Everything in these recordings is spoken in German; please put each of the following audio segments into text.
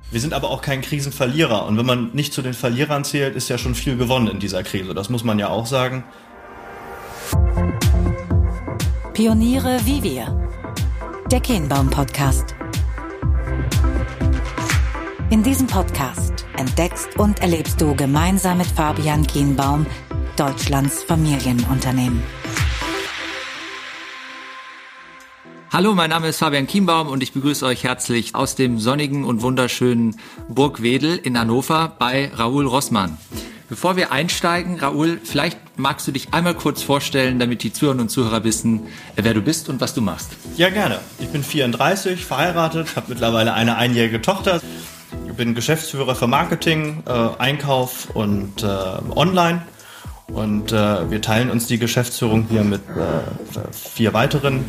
Wir sind aber auch kein Krisenverlierer. Und wenn man nicht zu den Verlierern zählt, ist ja schon viel gewonnen in dieser Krise. Das muss man ja auch sagen. Pioniere wie wir. Der Kienbaum-Podcast. In diesem Podcast entdeckst und erlebst du gemeinsam mit Fabian Kienbaum Deutschlands Familienunternehmen. Hallo, mein Name ist Fabian Kienbaum und ich begrüße euch herzlich aus dem sonnigen und wunderschönen Burgwedel in Hannover bei Raoul Rossmann. Bevor wir einsteigen, Raoul, vielleicht magst du dich einmal kurz vorstellen, damit die Zuhörerinnen und Zuhörer wissen, wer du bist und was du machst. Ja, gerne. Ich bin 34, verheiratet, habe mittlerweile eine einjährige Tochter. Ich bin Geschäftsführer für Marketing, Einkauf und Online. Und wir teilen uns die Geschäftsführung hier mit 4 weiteren.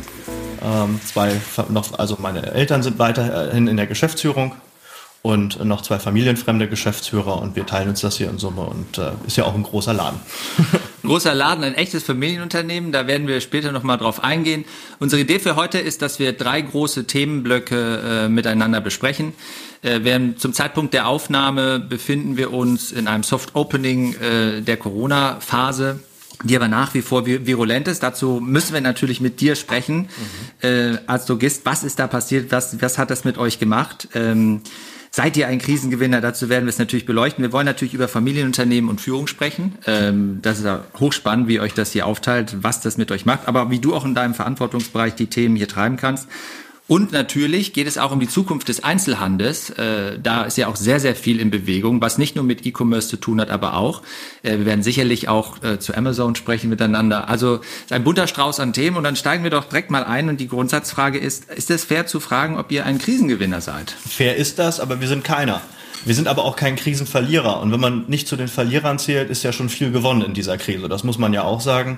Also meine Eltern sind weiterhin in der Geschäftsführung und noch 2 familienfremde Geschäftsführer und wir teilen uns das hier in Summe und ist ja auch ein großer Laden. Großer Laden, ein echtes Familienunternehmen, da werden wir später nochmal drauf eingehen. Unsere Idee für heute ist, dass wir 3 große Themenblöcke miteinander besprechen. Zum Zeitpunkt der Aufnahme befinden wir uns in einem Soft Opening der Corona-Phase, die aber nach wie vor virulent ist. Dazu müssen wir natürlich mit dir sprechen, als Logist. Was ist da passiert? Was hat das mit euch gemacht? Seid ihr ein Krisengewinner? Dazu werden wir es natürlich beleuchten. Wir wollen natürlich über Familienunternehmen und Führung sprechen. Das ist ja hochspannend, wie ihr euch das hier aufteilt, was das mit euch macht, aber wie du auch in deinem Verantwortungsbereich die Themen hier treiben kannst. Und natürlich geht es auch um die Zukunft des Einzelhandels. Da ist ja auch sehr, sehr viel in Bewegung, was nicht nur mit E-Commerce zu tun hat, aber auch. Wir werden sicherlich auch zu Amazon sprechen miteinander. Also es ist ein bunter Strauß an Themen und dann steigen wir doch direkt mal ein und die Grundsatzfrage ist es fair zu fragen, ob ihr ein Krisengewinner seid? Fair ist das, aber wir sind keiner. Wir sind aber auch kein Krisenverlierer. Und wenn man nicht zu den Verlierern zählt, ist ja schon viel gewonnen in dieser Krise. Das muss man ja auch sagen.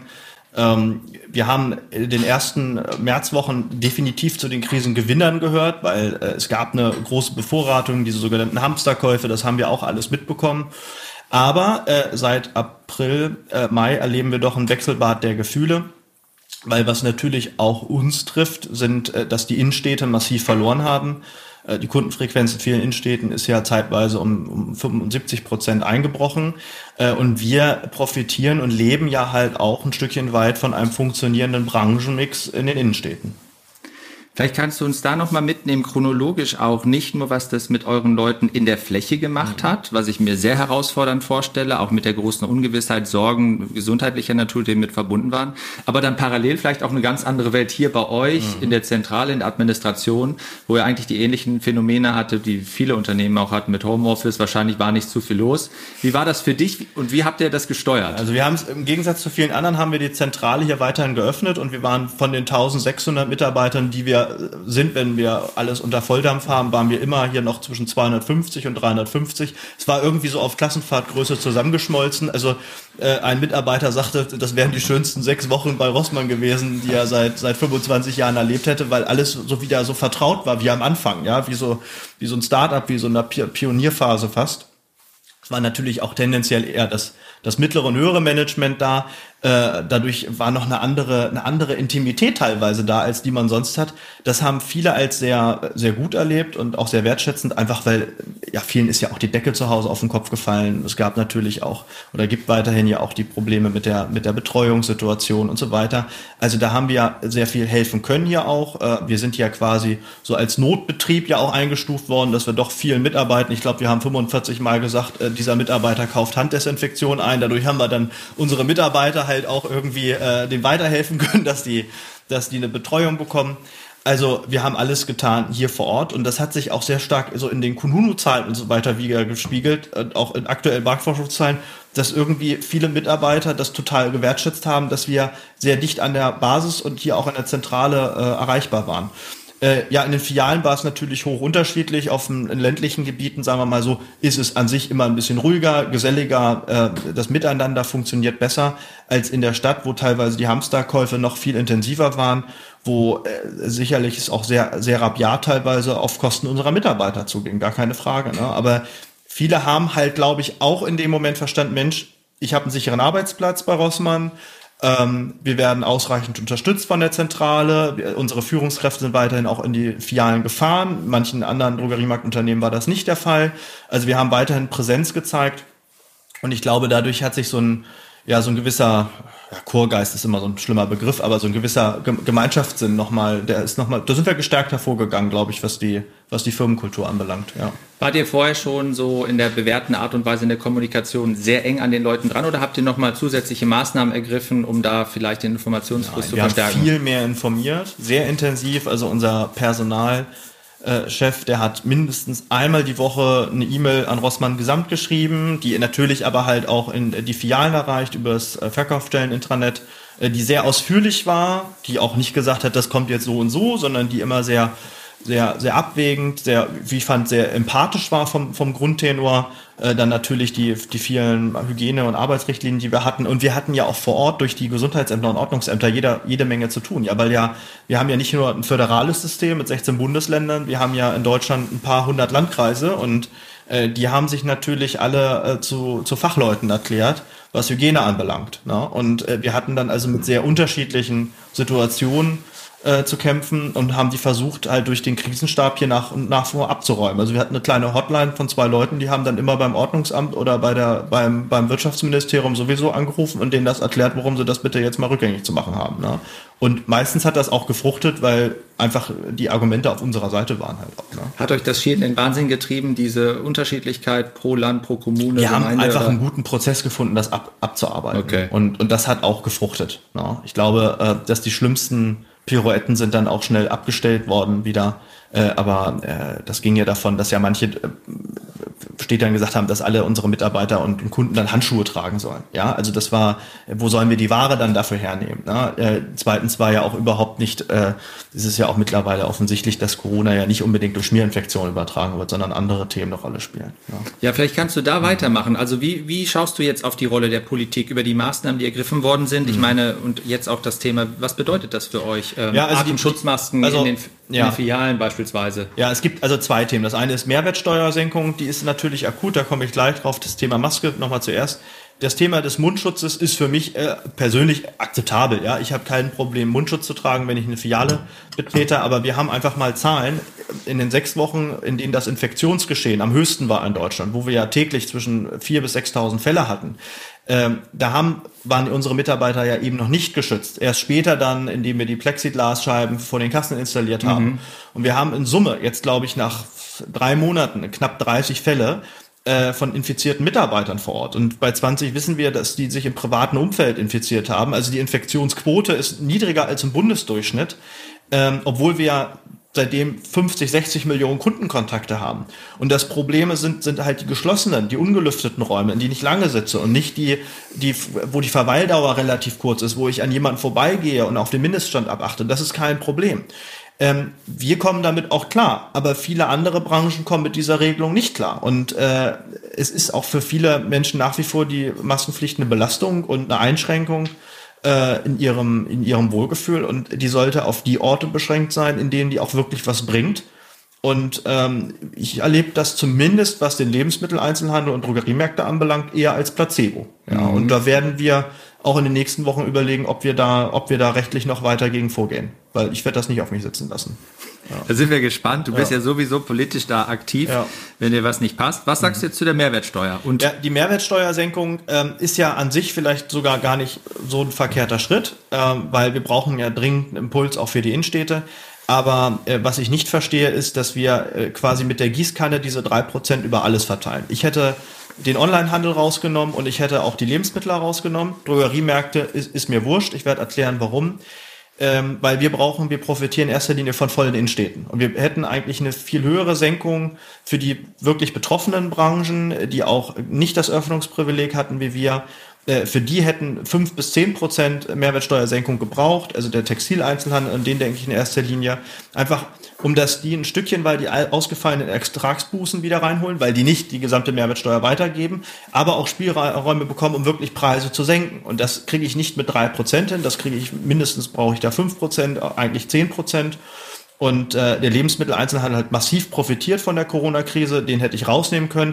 Wir haben in den ersten Märzwochen definitiv zu den Krisengewinnern gehört, weil es gab eine große Bevorratung, diese sogenannten Hamsterkäufe, das haben wir auch alles mitbekommen. Aber seit April, Mai erleben wir doch ein Wechselbad der Gefühle, weil was natürlich auch uns trifft, sind, dass die Innenstädte massiv verloren haben. Die Kundenfrequenz in vielen Innenstädten ist ja zeitweise um 75% eingebrochen. Und wir profitieren und leben ja halt auch ein Stückchen weit von einem funktionierenden Branchenmix in den Innenstädten. Vielleicht kannst du uns da nochmal mitnehmen, chronologisch auch, nicht nur, was das mit euren Leuten in der Fläche gemacht hat, was ich mir sehr herausfordernd vorstelle, auch mit der großen Ungewissheit, Sorgen gesundheitlicher Natur, die mit verbunden waren, aber dann parallel vielleicht auch eine ganz andere Welt hier bei euch in der Zentrale, in der Administration, wo ihr eigentlich die ähnlichen Phänomene hatte, die viele Unternehmen auch hatten mit Homeoffice, wahrscheinlich war nicht zu viel los. Wie war das für dich und wie habt ihr das gesteuert? Also wir haben es, im Gegensatz zu vielen anderen, haben wir die Zentrale hier weiterhin geöffnet und wir waren von den 1600 Mitarbeitern, die wir sind, wenn wir alles unter Volldampf haben, waren wir immer hier noch zwischen 250 und 350. Es war irgendwie so auf Klassenfahrtgröße zusammengeschmolzen. Also ein Mitarbeiter sagte, das wären die schönsten 6 Wochen bei Rossmann gewesen, die er seit 25 Jahren erlebt hätte, weil alles so wieder so vertraut war wie am Anfang, ja, wie so ein Startup, wie so eine Pionierphase fast. Es war natürlich auch tendenziell eher das mittlere und höhere Management da. Dadurch war noch eine andere Intimität teilweise da, als die man sonst hat. Das haben viele als sehr, sehr gut erlebt und auch sehr wertschätzend, einfach weil, ja, vielen ist ja auch die Decke zu Hause auf den Kopf gefallen. Es gab natürlich auch, oder gibt weiterhin ja auch die Probleme mit der Betreuungssituation und so weiter. Also da haben wir sehr viel helfen können hier auch. Wir sind ja quasi so als Notbetrieb ja auch eingestuft worden, dass wir doch vielen mitarbeiten. Ich glaube, wir haben 45 Mal gesagt, dieser Mitarbeiter kauft Handdesinfektion ein. Dadurch haben wir dann unsere Mitarbeiter halt auch irgendwie denen weiterhelfen können, dass die eine Betreuung bekommen. Also wir haben alles getan hier vor Ort und das hat sich auch sehr stark so in den Kununu-Zahlen und so weiter wieder gespiegelt, auch in aktuellen Marktforschungszahlen, dass irgendwie viele Mitarbeiter das total gewertschätzt haben, dass wir sehr dicht an der Basis und hier auch an der Zentrale erreichbar waren. Ja, in den Filialen war es natürlich hoch unterschiedlich. In ländlichen Gebieten, sagen wir mal so, ist es an sich immer ein bisschen ruhiger, geselliger. Das Miteinander funktioniert besser als in der Stadt, wo teilweise die Hamsterkäufe noch viel intensiver waren, wo sicherlich es auch sehr, sehr rabiat teilweise auf Kosten unserer Mitarbeiter zuging. Gar keine Frage, ne? Aber viele haben halt, glaube ich, auch in dem Moment verstanden, Mensch, ich habe einen sicheren Arbeitsplatz bei Rossmann. Wir werden ausreichend unterstützt von der Zentrale. Unsere Führungskräfte sind weiterhin auch in die Filialen gefahren. Manchen anderen Drogeriemarktunternehmen war das nicht der Fall. Also wir haben weiterhin Präsenz gezeigt. Und ich glaube, dadurch hat sich so ein gewisser, Chorgeist ist immer so ein schlimmer Begriff, aber so ein gewisser Gemeinschaftssinn da sind wir gestärkt hervorgegangen, glaube ich, was die Firmenkultur anbelangt, ja. Wart ihr vorher schon so in der bewährten Art und Weise in der Kommunikation sehr eng an den Leuten dran oder habt ihr nochmal zusätzliche Maßnahmen ergriffen, um da vielleicht den Informationsfluss zu verstärken? Wir haben viel mehr informiert, sehr intensiv, also unser Personalchef, der hat mindestens einmal die Woche eine E-Mail an Rossmann Gesamt geschrieben, die natürlich aber halt auch in die Filialen erreicht, über das Verkaufsstellen-Intranet, die sehr ausführlich war, die auch nicht gesagt hat, das kommt jetzt so und so, sondern die immer sehr, sehr, sehr abwägend, sehr, wie ich fand, sehr empathisch war vom Grundtenor. Dann natürlich die vielen Hygiene- und Arbeitsrichtlinien, die wir hatten. Und wir hatten ja auch vor Ort durch die Gesundheitsämter und Ordnungsämter jede Menge zu tun. Ja, weil wir haben ja nicht nur ein föderales System mit 16 Bundesländern, wir haben ja in Deutschland ein paar hundert Landkreise und die haben sich natürlich alle zu Fachleuten erklärt, was Hygiene anbelangt. Ne? Und wir hatten dann also mit sehr unterschiedlichen Situationen zu kämpfen und haben die versucht, halt durch den Krisenstab hier nach und nach vor abzuräumen. Also wir hatten eine kleine Hotline von 2 Leuten, die haben dann immer beim Ordnungsamt oder beim Wirtschaftsministerium sowieso angerufen und denen das erklärt, warum sie das bitte jetzt mal rückgängig zu machen haben. Ne? Und meistens hat das auch gefruchtet, weil einfach die Argumente auf unserer Seite waren halt auch. Ne? Hat euch das schier in den Wahnsinn getrieben, diese Unterschiedlichkeit pro Land, pro Kommune? Wir haben einfach einen guten Prozess gefunden, das abzuarbeiten. Okay. Und das hat auch gefruchtet. Ne? Ich glaube, dass die schlimmsten Pirouetten sind dann auch schnell abgestellt worden wieder. Aber das ging ja davon, dass ja manche dann gesagt haben, dass alle unsere Mitarbeiter und Kunden dann Handschuhe tragen sollen. Ja, also das war, wo sollen wir die Ware dann dafür hernehmen? Ne? Zweitens war ja auch überhaupt nicht, es ist ja auch mittlerweile offensichtlich, dass Corona ja nicht unbedingt durch Schmierinfektionen übertragen wird, sondern andere Themen eine Rolle spielen. Ja, vielleicht kannst du da weitermachen. Also wie schaust du jetzt auf die Rolle der Politik über die Maßnahmen, die ergriffen worden sind? Ich meine, und jetzt auch das Thema, was bedeutet das für euch? Atemschutzmasken in den Filialen beispielsweise. Ja, es gibt also 2 Themen. Das eine ist Mehrwertsteuersenkung, die ist natürlich akut, da komme ich gleich drauf. Das Thema Maske nochmal zuerst. Das Thema des Mundschutzes ist für mich persönlich akzeptabel. Ja, ich habe kein Problem, Mundschutz zu tragen, wenn ich eine Filiale betrete, aber wir haben einfach mal Zahlen in den 6 Wochen, in denen das Infektionsgeschehen am höchsten war in Deutschland, wo wir ja täglich zwischen 4.000 bis 6.000 Fälle hatten. Waren unsere Mitarbeiter ja eben noch nicht geschützt. Erst später dann, indem wir die Plexiglasscheiben vor den Kassen installiert haben. Und wir haben in Summe jetzt, glaube ich, nach 3 Monaten knapp 30 Fälle von infizierten Mitarbeitern vor Ort. Und bei 20 wissen wir, dass die sich im privaten Umfeld infiziert haben. Also die Infektionsquote ist niedriger als im Bundesdurchschnitt, obwohl wir seitdem 50, 60 Millionen Kundenkontakte haben. Und das Problem sind halt die geschlossenen, die ungelüfteten Räume, in die ich lange sitze und nicht wo die Verweildauer relativ kurz ist, wo ich an jemanden vorbeigehe und auf den Mindeststand abachte. Das ist kein Problem. Wir kommen damit auch klar, aber viele andere Branchen kommen mit dieser Regelung nicht klar. Und es ist auch für viele Menschen nach wie vor die Maskenpflicht eine Belastung und eine Einschränkung in ihrem Wohlgefühl, und die sollte auf die Orte beschränkt sein, in denen die auch wirklich was bringt. Und ich erlebe das zumindest, was den Lebensmitteleinzelhandel und Drogeriemärkte anbelangt, eher als Placebo. Ja, und da werden wir auch in den nächsten Wochen überlegen, ob wir da rechtlich noch weiter gegen vorgehen. Weil ich werde das nicht auf mich sitzen lassen. Ja. Da sind wir gespannt. Du bist ja sowieso politisch da aktiv, wenn dir was nicht passt. Was sagst du jetzt zu der Mehrwertsteuer? Und die Mehrwertsteuersenkung ist ja an sich vielleicht sogar gar nicht so ein verkehrter Schritt, weil wir brauchen ja dringend einen Impuls auch für die Innenstädte. Aber was ich nicht verstehe, ist, dass wir quasi mit der Gießkanne diese 3% über alles verteilen. Ich hätte den Onlinehandel rausgenommen und ich hätte auch die Lebensmittel rausgenommen. Drogeriemärkte ist mir wurscht. Ich werde erklären, warum. Weil wir profitieren in erster Linie von vollen Innenstädten. Und wir hätten eigentlich eine viel höhere Senkung für die wirklich betroffenen Branchen, die auch nicht das Öffnungsprivileg hatten wie wir. Für die hätten 5 bis 10% Mehrwertsteuersenkung gebraucht, also der Textileinzelhandel, an den denke ich in erster Linie, einfach um dass die ein Stückchen, weil die ausgefallenen Ertragsbußen wieder reinholen, weil die nicht die gesamte Mehrwertsteuer weitergeben, aber auch Spielräume bekommen, um wirklich Preise zu senken. Und das kriege ich nicht mit 3% hin, das kriege ich mindestens, brauche ich da 5%, eigentlich 10%. Und der Lebensmitteleinzelhandel hat massiv profitiert von der Corona-Krise, den hätte ich rausnehmen können.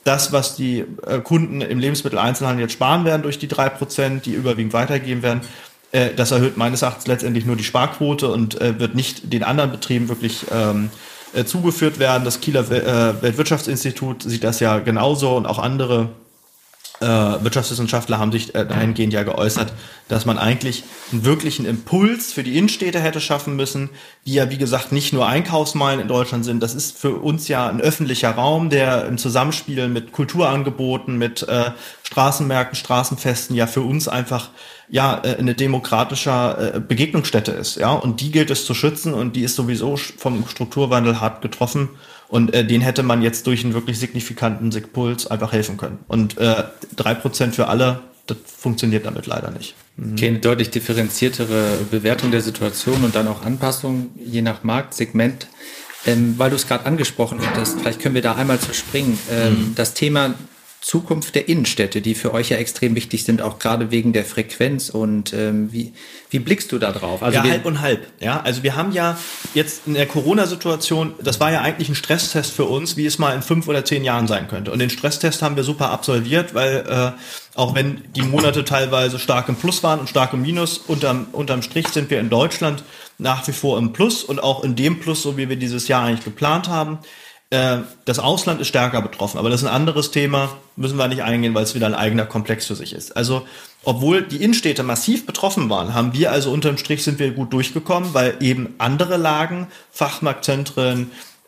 das, was die Kunden im Lebensmitteleinzelhandel jetzt sparen werden durch die 3%, die überwiegend weitergeben werden, das erhöht meines Erachtens letztendlich nur die Sparquote und wird nicht den anderen Betrieben wirklich zugeführt werden. Das Kieler Weltwirtschaftsinstitut sieht das ja genauso und auch andere Wirtschaftswissenschaftler haben sich dahingehend ja geäußert, dass man eigentlich einen wirklichen Impuls für die Innenstädte hätte schaffen müssen, die ja wie gesagt nicht nur Einkaufsmeilen in Deutschland sind. Das ist für uns ja ein öffentlicher Raum, der im Zusammenspiel mit Kulturangeboten, mit Straßenmärkten, Straßenfesten ja für uns einfach eine demokratische Begegnungsstätte ist. Ja, und die gilt es zu schützen und die ist sowieso vom Strukturwandel hart getroffen. Und den hätte man jetzt durch einen wirklich signifikanten Impuls einfach helfen können. Und 3% für alle, das funktioniert damit leider nicht. Okay, eine deutlich differenziertere Bewertung der Situation und dann auch Anpassung je nach Marktsegment. Weil du es gerade angesprochen hattest, vielleicht können wir da einmal zu springen. Das Thema Zukunft der Innenstädte, die für euch ja extrem wichtig sind, auch gerade wegen der Frequenz. Und wie blickst du da drauf? Also halb und halb. Ja, also wir haben ja jetzt in der Corona-Situation, das war ja eigentlich ein Stresstest für uns, wie es mal in 5 oder 10 Jahren sein könnte. Und den Stresstest haben wir super absolviert, weil auch wenn die Monate teilweise stark im Plus waren und stark im Minus, unterm Strich sind wir in Deutschland nach wie vor im Plus und auch in dem Plus, so wie wir dieses Jahr eigentlich geplant haben. Das Ausland ist stärker betroffen, aber das ist ein anderes Thema, müssen wir nicht eingehen, weil es wieder ein eigener Komplex für sich ist. Also, obwohl die Innenstädte massiv betroffen waren, haben wir also unterm Strich sind wir gut durchgekommen, weil eben andere Lagen, Fachmarktzentren,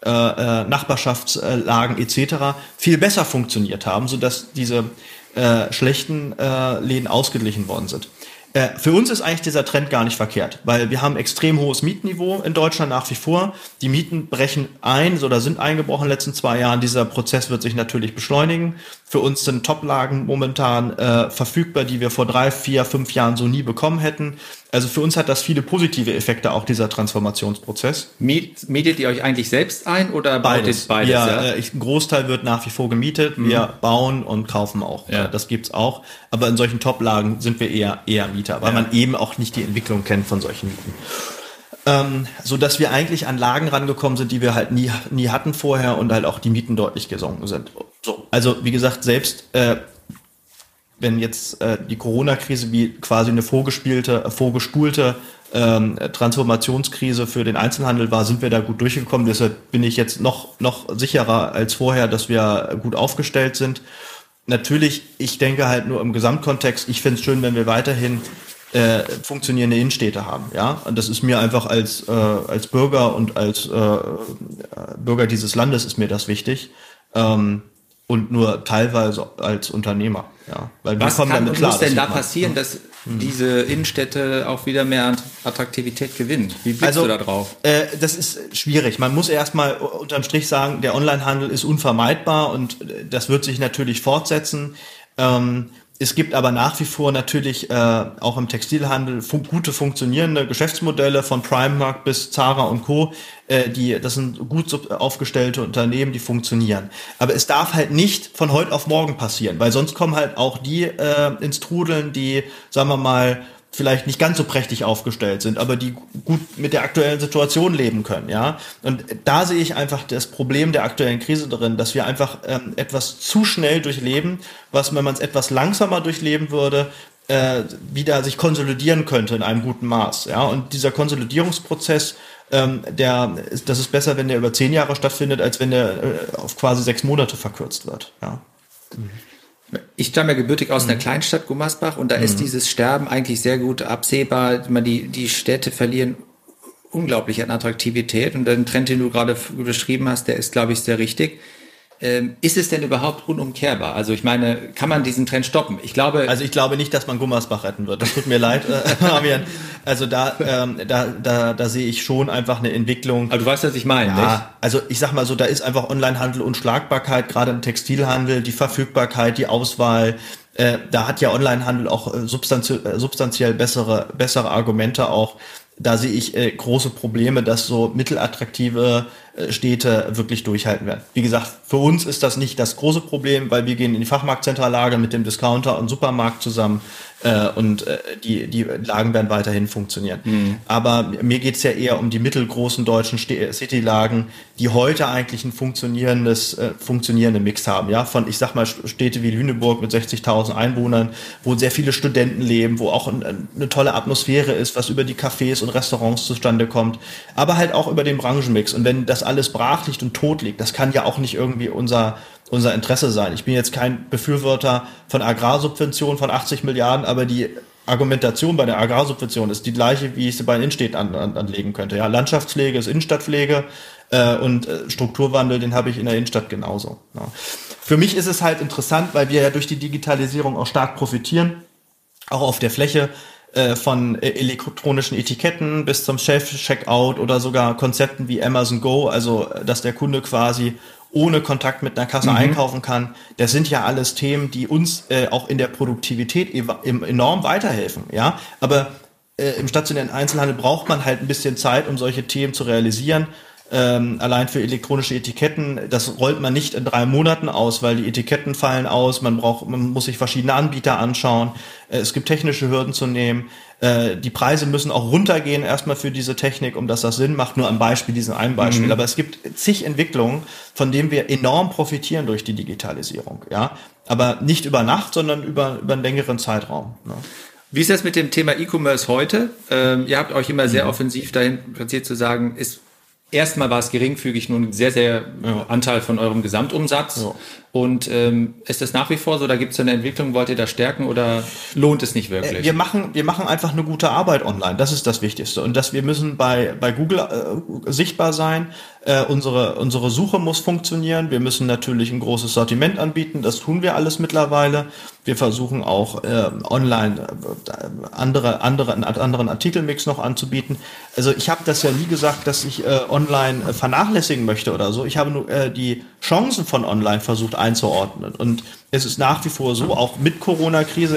Nachbarschaftslagen etc. viel besser funktioniert haben, sodass diese schlechten Läden ausgeglichen worden sind. Für uns ist eigentlich dieser Trend gar nicht verkehrt, weil wir haben extrem hohes Mietniveau in Deutschland nach wie vor. Die Mieten brechen ein oder sind eingebrochen in den letzten 2 Jahren. Dieser Prozess wird sich natürlich beschleunigen. Für uns sind Toplagen momentan verfügbar, die wir vor 3, 4, 5 Jahren so nie bekommen hätten. Also für uns hat das viele positive Effekte, auch dieser Transformationsprozess. Mietet ihr euch eigentlich selbst ein oder beides? Beides, ja. Ein Großteil wird nach wie vor gemietet. Wir bauen und kaufen auch. Ja. Das gibt's auch. Aber in solchen Toplagen sind wir eher Mieter, weil man eben auch nicht die Entwicklung kennt von solchen Mieten. So dass wir eigentlich an Lagen rangekommen sind, die wir halt nie hatten vorher und halt auch die Mieten deutlich gesunken sind. So. Also wie gesagt, selbst wenn jetzt die Corona-Krise wie quasi eine vorgespulte Transformationskrise für den Einzelhandel war, sind wir da gut durchgekommen. Deshalb bin ich jetzt noch sicherer als vorher, dass wir gut aufgestellt sind. Natürlich, ich denke halt nur im Gesamtkontext, ich finde es schön, wenn wir weiterhin funktionierende Innenstädte haben. Ja, und das ist mir einfach als Bürger und als Bürger dieses Landes ist mir das wichtig. Und nur teilweise als Unternehmer. Ja, weil was muss denn da passieren, dass diese Innenstädte auch wieder mehr Attraktivität gewinnen? Wie blickst du da drauf? Das ist schwierig. Man muss erstmal unterm Strich sagen, der Onlinehandel ist unvermeidbar und das wird sich natürlich fortsetzen. Es gibt aber nach wie vor natürlich auch im Textilhandel gute funktionierende Geschäftsmodelle von Primark bis Zara und Co. Das sind gut aufgestellte Unternehmen, die funktionieren. Aber es darf halt nicht von heute auf morgen passieren, weil sonst kommen halt auch die ins Trudeln, die, sagen wir mal, vielleicht nicht ganz so prächtig aufgestellt sind, aber die gut mit der aktuellen Situation leben können, ja. Und da sehe ich einfach das Problem der aktuellen Krise drin, dass wir einfach etwas zu schnell durchleben, was, wenn man es etwas langsamer durchleben würde, wieder sich konsolidieren könnte in einem guten Maß, ja. Und dieser Konsolidierungsprozess, das ist besser, wenn der über 10 Jahre stattfindet, als wenn der auf quasi 6 Monate verkürzt wird, ja. Ich stamme ja gebürtig aus einer Kleinstadt, Gummersbach, und da ist dieses Sterben eigentlich sehr gut absehbar. Die Städte verlieren unglaublich an Attraktivität und den Trend, den du gerade beschrieben hast, der ist, glaube ich, sehr richtig. Ist es denn überhaupt unumkehrbar? Also ich meine, kann man diesen Trend stoppen? Ich glaube nicht, dass man Gummersbach retten wird. Das tut mir leid, Fabian. Also da sehe ich schon einfach eine Entwicklung. Aber du weißt, was ich meine, ja, nicht? Also ich sag mal so, da ist einfach Onlinehandel Unschlagbarkeit, gerade im Textilhandel, die Verfügbarkeit, die Auswahl. Da hat ja Onlinehandel auch substanziell bessere Argumente auch. Da sehe ich große Probleme, dass so mittelattraktive Städte wirklich durchhalten werden. Wie gesagt, für uns ist das nicht das große Problem, weil wir gehen in die Fachmarktzentrallage mit dem Discounter und Supermarkt zusammen und die Lagen werden weiterhin funktionieren. Aber mir geht's ja eher um die mittelgroßen deutschen City-Lagen, die heute eigentlich einen funktionierenden Mix haben. Ja, von, ich sag mal, Städte wie Lüneburg mit 60.000 Einwohnern, wo sehr viele Studenten leben, wo auch eine tolle Atmosphäre ist, was über die Cafés und Restaurants zustande kommt, aber halt auch über den Branchenmix. Und wenn das alles brach liegt und tot liegt, das kann ja auch nicht irgendwie unser Interesse sein. Ich bin jetzt kein Befürworter von Agrarsubventionen von 80 Milliarden, aber die Argumentation bei der Agrarsubvention ist die gleiche, wie ich sie bei den Innenstädten anlegen könnte. Ja, Landschaftspflege ist Innenstadtpflege und Strukturwandel, den habe ich in der Innenstadt genauso. Ja. Für mich ist es halt interessant, weil wir ja durch die Digitalisierung auch stark profitieren, auch auf der Fläche von elektronischen Etiketten bis zum Self-Checkout oder sogar Konzepten wie Amazon Go, also dass der Kunde quasi ohne Kontakt mit einer Kasse einkaufen kann. Das sind ja alles Themen, die uns auch in der Produktivität enorm weiterhelfen. Ja, aber im stationären Einzelhandel braucht man halt ein bisschen Zeit, um solche Themen zu realisieren. Allein für elektronische Etiketten, das rollt man nicht in 3 Monaten aus, weil die Etiketten fallen aus, man muss sich verschiedene Anbieter anschauen, es gibt technische Hürden zu nehmen, die Preise müssen auch runtergehen erstmal für diese Technik, um dass das Sinn macht, nur am Beispiel, diesen einen Beispiel, aber es gibt zig Entwicklungen, von denen wir enorm profitieren durch die Digitalisierung, ja, aber nicht über Nacht, sondern über einen längeren Zeitraum, ne? Wie ist das mit dem Thema E-Commerce heute? Ihr habt euch immer sehr offensiv dahin platziert zu sagen, erstmal war es geringfügig, nur ein sehr, sehr Anteil von eurem Gesamtumsatz. Ja. Und ist das nach wie vor so? Da gibt es eine Entwicklung, wollt ihr das stärken oder lohnt es nicht wirklich? Wir machen einfach eine gute Arbeit online. Das ist das Wichtigste. Und wir müssen bei Google sichtbar sein. Unsere Suche muss funktionieren. Wir müssen natürlich ein großes Sortiment anbieten. Das tun wir alles mittlerweile. Wir versuchen auch online einen anderen Artikelmix noch anzubieten. Also ich habe das ja nie gesagt, dass ich online vernachlässigen möchte oder so. Ich habe nur die Chancen von online versucht einzuordnen. Und es ist nach wie vor so, auch mit Corona-Krise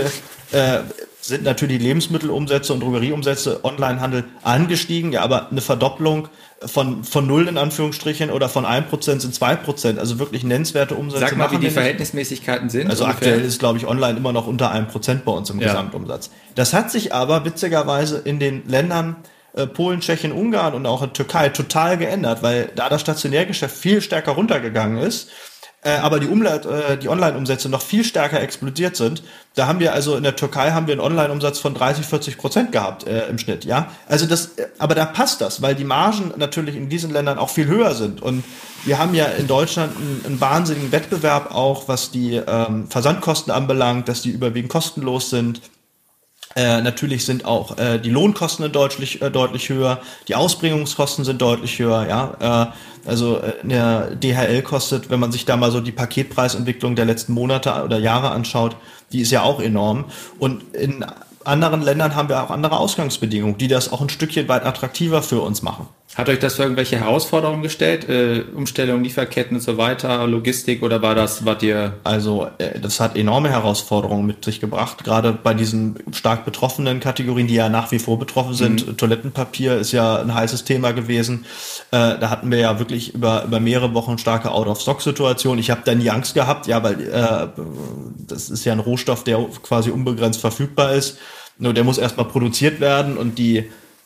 sind natürlich Lebensmittelumsätze und Drogerieumsätze, Onlinehandel angestiegen, ja, aber eine Verdopplung von 0 in Anführungsstrichen oder von 1% sind 2%, also wirklich nennenswerte Umsätze. Sag mal, wie die Verhältnismäßigkeiten sind. Also ungefähr. Aktuell ist, glaube ich, online immer noch unter 1% bei uns im Gesamtumsatz. Das hat sich aber witzigerweise in den Ländern Polen, Tschechien, Ungarn und auch in Türkei total geändert, weil da das Stationärgeschäft viel stärker runtergegangen ist, aber die Online-Umsätze noch viel stärker explodiert sind. Da haben wir also in der Türkei einen Online-Umsatz von 30-40% gehabt im Schnitt, ja. Also aber da passt das, weil die Margen natürlich in diesen Ländern auch viel höher sind. Und wir haben ja in Deutschland einen wahnsinnigen Wettbewerb auch, was die Versandkosten anbelangt, dass die überwiegend kostenlos sind. Natürlich sind auch die Lohnkosten deutlich höher, die Ausbringungskosten sind deutlich höher, ja. Also der DHL kostet, wenn man sich da mal so die Paketpreisentwicklung der letzten Monate oder Jahre anschaut, die ist ja auch enorm. Und in anderen Ländern haben wir auch andere Ausgangsbedingungen, die das auch ein Stückchen weit attraktiver für uns machen. Hat euch das für irgendwelche Herausforderungen gestellt? Umstellung, Lieferketten und so weiter, Logistik oder wart ihr? Also das hat enorme Herausforderungen mit sich gebracht, gerade bei diesen stark betroffenen Kategorien, die ja nach wie vor betroffen sind. Toilettenpapier ist ja ein heißes Thema gewesen. Da hatten wir ja wirklich über mehrere Wochen starke Out-of-Stock-Situation. Ich habe da nie Angst gehabt, ja, weil das ist ja ein Rohstoff, der quasi unbegrenzt verfügbar ist. Nur der muss erstmal produziert werden und die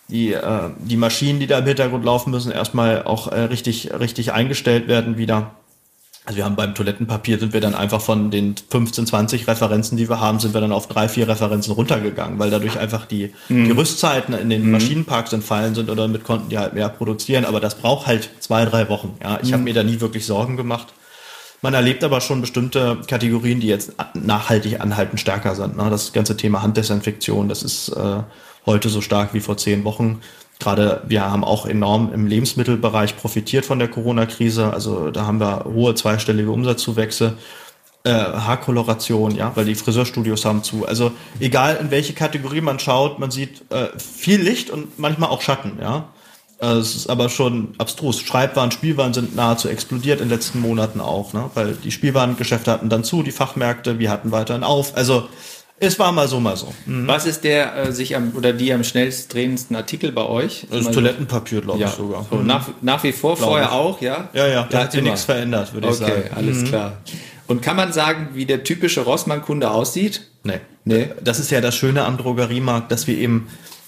Maschinen, die da im Hintergrund laufen, müssen erstmal auch richtig eingestellt werden wieder. Also wir haben beim Toilettenpapier sind wir dann einfach von den 15, 20 Referenzen, die wir haben, sind wir dann auf 3, 4 Referenzen runtergegangen, weil dadurch einfach die Rüstzeiten in den Maschinenparks entfallen sind oder damit konnten die halt mehr produzieren. Aber das braucht halt 2, 3 Wochen. Ja, ich habe mir da nie wirklich Sorgen gemacht. Man erlebt aber schon bestimmte Kategorien, die jetzt nachhaltig anhaltend stärker sind. Ne? Das ganze Thema Handdesinfektion, das ist heute so stark wie vor 10 Wochen. Gerade wir haben auch enorm im Lebensmittelbereich profitiert von der Corona-Krise. Also da haben wir hohe zweistellige Umsatzzuwächse. Haarkoloration, ja, weil die Friseurstudios haben zu. Also egal in welche Kategorie man schaut, man sieht viel Licht und manchmal auch Schatten, ja. Es ist aber schon abstrus. Schreibwaren, Spielwaren sind nahezu explodiert in den letzten Monaten auch, ne? Weil die Spielwarengeschäfte hatten dann zu, die Fachmärkte, wir hatten weiterhin auf. Also Es war mal so, mal so. Was ist der die am schnellst drehendsten Artikel bei euch? Das ist Toilettenpapier, glaube ich sogar. So, nach wie vor, vorher auch, ja? Ja, da hat sich nichts verändert, würde ich sagen. Okay, alles klar. Und kann man sagen, wie der typische Rossmann-Kunde aussieht? Nee. Das ist ja das Schöne am Drogeriemarkt, dass wir eben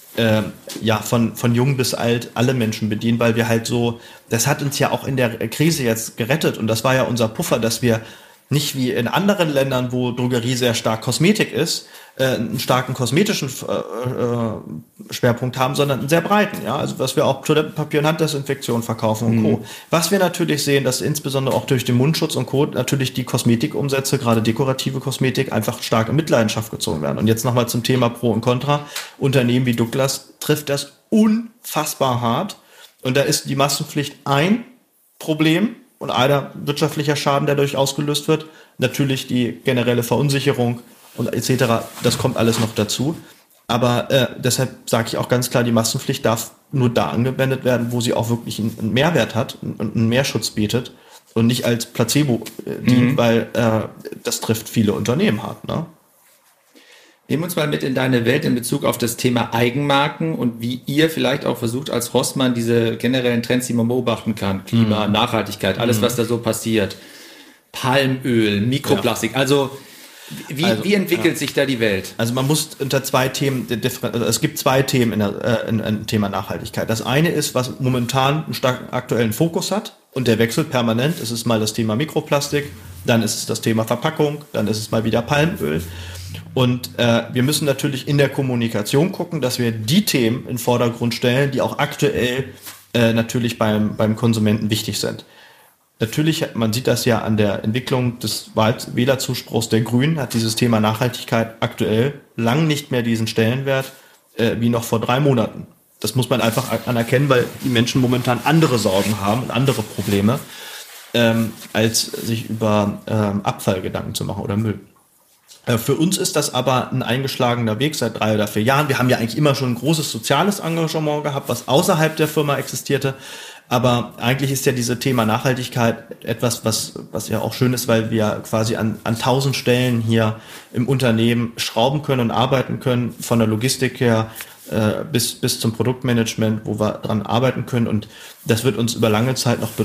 von jung bis alt alle Menschen bedienen, weil wir halt so, das hat uns ja auch in der Krise jetzt gerettet und das war ja unser Puffer, dass wir nicht wie in anderen Ländern, wo Drogerie sehr stark Kosmetik ist, einen starken kosmetischen Schwerpunkt haben, sondern einen sehr breiten. Ja? Also was wir auch Toilettenpapier und Handdesinfektion verkaufen und Co. Was wir natürlich sehen, dass insbesondere auch durch den Mundschutz und Co. natürlich die Kosmetikumsätze, gerade dekorative Kosmetik, einfach stark in Mitleidenschaft gezogen werden. Und jetzt nochmal zum Thema Pro und Contra. Unternehmen wie Douglas trifft das unfassbar hart. Und da ist die Maskenpflicht ein Problem, und einer wirtschaftlicher Schaden, der dadurch ausgelöst wird. Natürlich die generelle Verunsicherung und etc. Das kommt alles noch dazu. Aber deshalb sage ich auch ganz klar, die Maskenpflicht darf nur da angewendet werden, wo sie auch wirklich einen Mehrwert hat und einen Mehrschutz bietet und nicht als Placebo dient, weil das trifft viele Unternehmen hart. Ne? Nehmen uns mal mit in deine Welt in Bezug auf das Thema Eigenmarken und wie ihr vielleicht auch versucht als Rossmann diese generellen Trends, die man beobachten kann, Klima, Nachhaltigkeit, alles was da so passiert, Palmöl, Mikroplastik, also wie entwickelt sich da die Welt? Also man muss unter zwei Themen, es gibt zwei Themen in Thema Nachhaltigkeit. Das eine ist, was momentan einen starken aktuellen Fokus hat und der wechselt permanent. Es ist mal das Thema Mikroplastik, dann ist es das Thema Verpackung, dann ist es mal wieder Palmöl. Und wir müssen natürlich in der Kommunikation gucken, dass wir die Themen in den Vordergrund stellen, die auch aktuell natürlich beim Konsumenten wichtig sind. Natürlich, man sieht das ja an der Entwicklung des Wählerzuspruchs der Grünen, hat dieses Thema Nachhaltigkeit aktuell lang nicht mehr diesen Stellenwert wie noch vor 3 Monaten. Das muss man einfach anerkennen, weil die Menschen momentan andere Sorgen haben und andere Probleme, als sich über Abfall Gedanken zu machen oder Müll. Für uns ist das aber ein eingeschlagener Weg seit 3 oder 4 Jahren. Wir haben ja eigentlich immer schon ein großes soziales Engagement gehabt, was außerhalb der Firma existierte. Aber eigentlich ist ja dieses Thema Nachhaltigkeit etwas, was ja auch schön ist, weil wir quasi an 1000 Stellen hier im Unternehmen schrauben können und arbeiten können, von der Logistik her bis zum Produktmanagement, wo wir dran arbeiten können. Und das wird uns über lange Zeit noch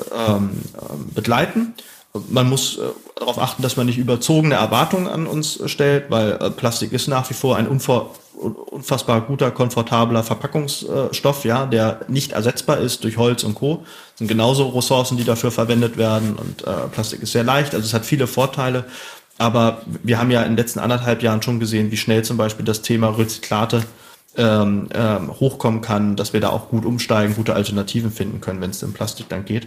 begleiten. Man muss darauf achten, dass man nicht überzogene Erwartungen an uns stellt, weil Plastik ist nach wie vor ein unfassbar guter, komfortabler Verpackungsstoff, ja, der nicht ersetzbar ist durch Holz und Co. Das sind genauso Ressourcen, die dafür verwendet werden und Plastik ist sehr leicht, also es hat viele Vorteile, aber wir haben ja in den letzten 1,5 Jahren schon gesehen, wie schnell zum Beispiel das Thema Rezyklate hochkommen kann, dass wir da auch gut umsteigen, gute Alternativen finden können, wenn es in Plastik dann geht.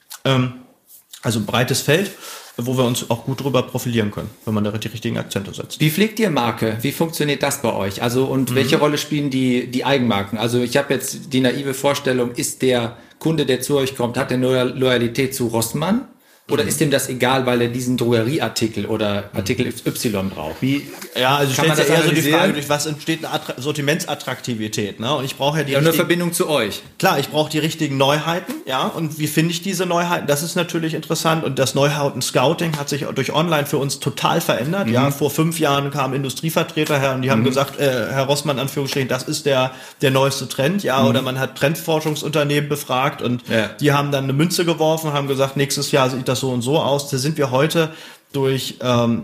Also ein breites Feld, wo wir uns auch gut drüber profilieren können, wenn man da die richtigen Akzente setzt. Wie pflegt ihr Marke? Wie funktioniert das bei euch? Also und welche Rolle spielen die Eigenmarken? Also ich habe jetzt die naive Vorstellung, ist der Kunde, der zu euch kommt, hat der Loyalität zu Rossmann? Oder ist dem das egal, weil er diesen Drogerieartikel oder Artikel Y braucht? Also stellt sich eher so die Frage, durch was entsteht eine Sortimentsattraktivität, ne? Und ich brauche ja eine Verbindung zu euch. Klar, ich brauche die richtigen Neuheiten, ja. Und wie finde ich diese Neuheiten? Das ist natürlich interessant. Und das Neuheiten-Scouting hat sich durch Online für uns total verändert. Ja, vor 5 Jahren kamen Industrievertreter her und die haben gesagt, Herr Rossmann, Anführungsstrichen, das ist der neueste Trend, ja. Oder man hat Trendforschungsunternehmen befragt und die haben dann eine Münze geworfen, haben gesagt, nächstes Jahr sieht das so und so aus. Da sind wir heute durch,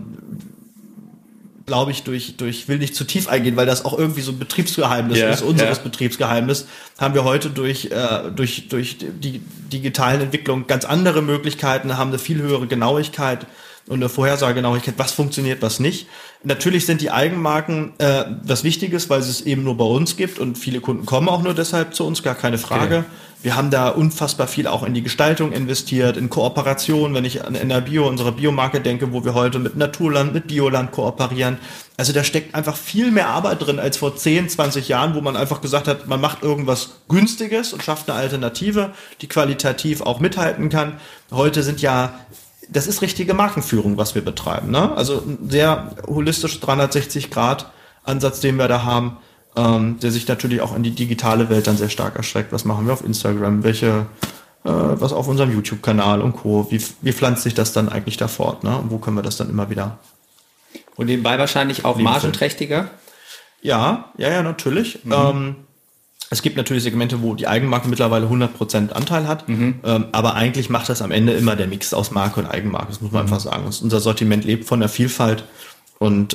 glaube ich, will nicht zu tief eingehen, weil das auch irgendwie so ein Betriebsgeheimnis ist, unseres Betriebsgeheimnis, haben wir heute durch die digitalen Entwicklungen ganz andere Möglichkeiten, haben eine viel höhere Genauigkeit und eine Vorhersagegenauigkeit, was funktioniert, was nicht. Natürlich sind die Eigenmarken was Wichtiges, weil es es eben nur bei uns gibt und viele Kunden kommen auch nur deshalb zu uns, gar keine Frage. Okay. Wir haben da unfassbar viel auch in die Gestaltung investiert, in Kooperation, wenn ich an NRBio, unsere Biomarke denke, wo wir heute mit Naturland, mit Bioland kooperieren. Also da steckt einfach viel mehr Arbeit drin als vor 10, 20 Jahren, wo man einfach gesagt hat, man macht irgendwas Günstiges und schafft eine Alternative, die qualitativ auch mithalten kann. Heute das ist richtige Markenführung, was wir betreiben, ne? Also ein sehr holistisch 360-Grad-Ansatz, den wir da haben, der sich natürlich auch in die digitale Welt dann sehr stark erstreckt. Was machen wir auf Instagram? Was auf unserem YouTube-Kanal und Co. Wie pflanzt sich das dann eigentlich da fort? Ne? Und wo können wir das dann immer wieder Und nebenbei wahrscheinlich auch margenträchtiger? Ja, natürlich. Es gibt natürlich Segmente, wo die Eigenmarke mittlerweile 100% Anteil hat, aber eigentlich macht das am Ende immer der Mix aus Marke und Eigenmarke, das muss man einfach sagen. Unser Sortiment lebt von der Vielfalt und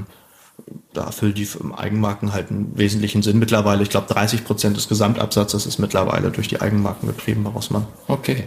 da erfüllen die Eigenmarken halt einen wesentlichen Sinn mittlerweile. Ich glaube, 30% des Gesamtabsatzes ist mittlerweile durch die Eigenmarken getrieben bei Rossmann. Okay.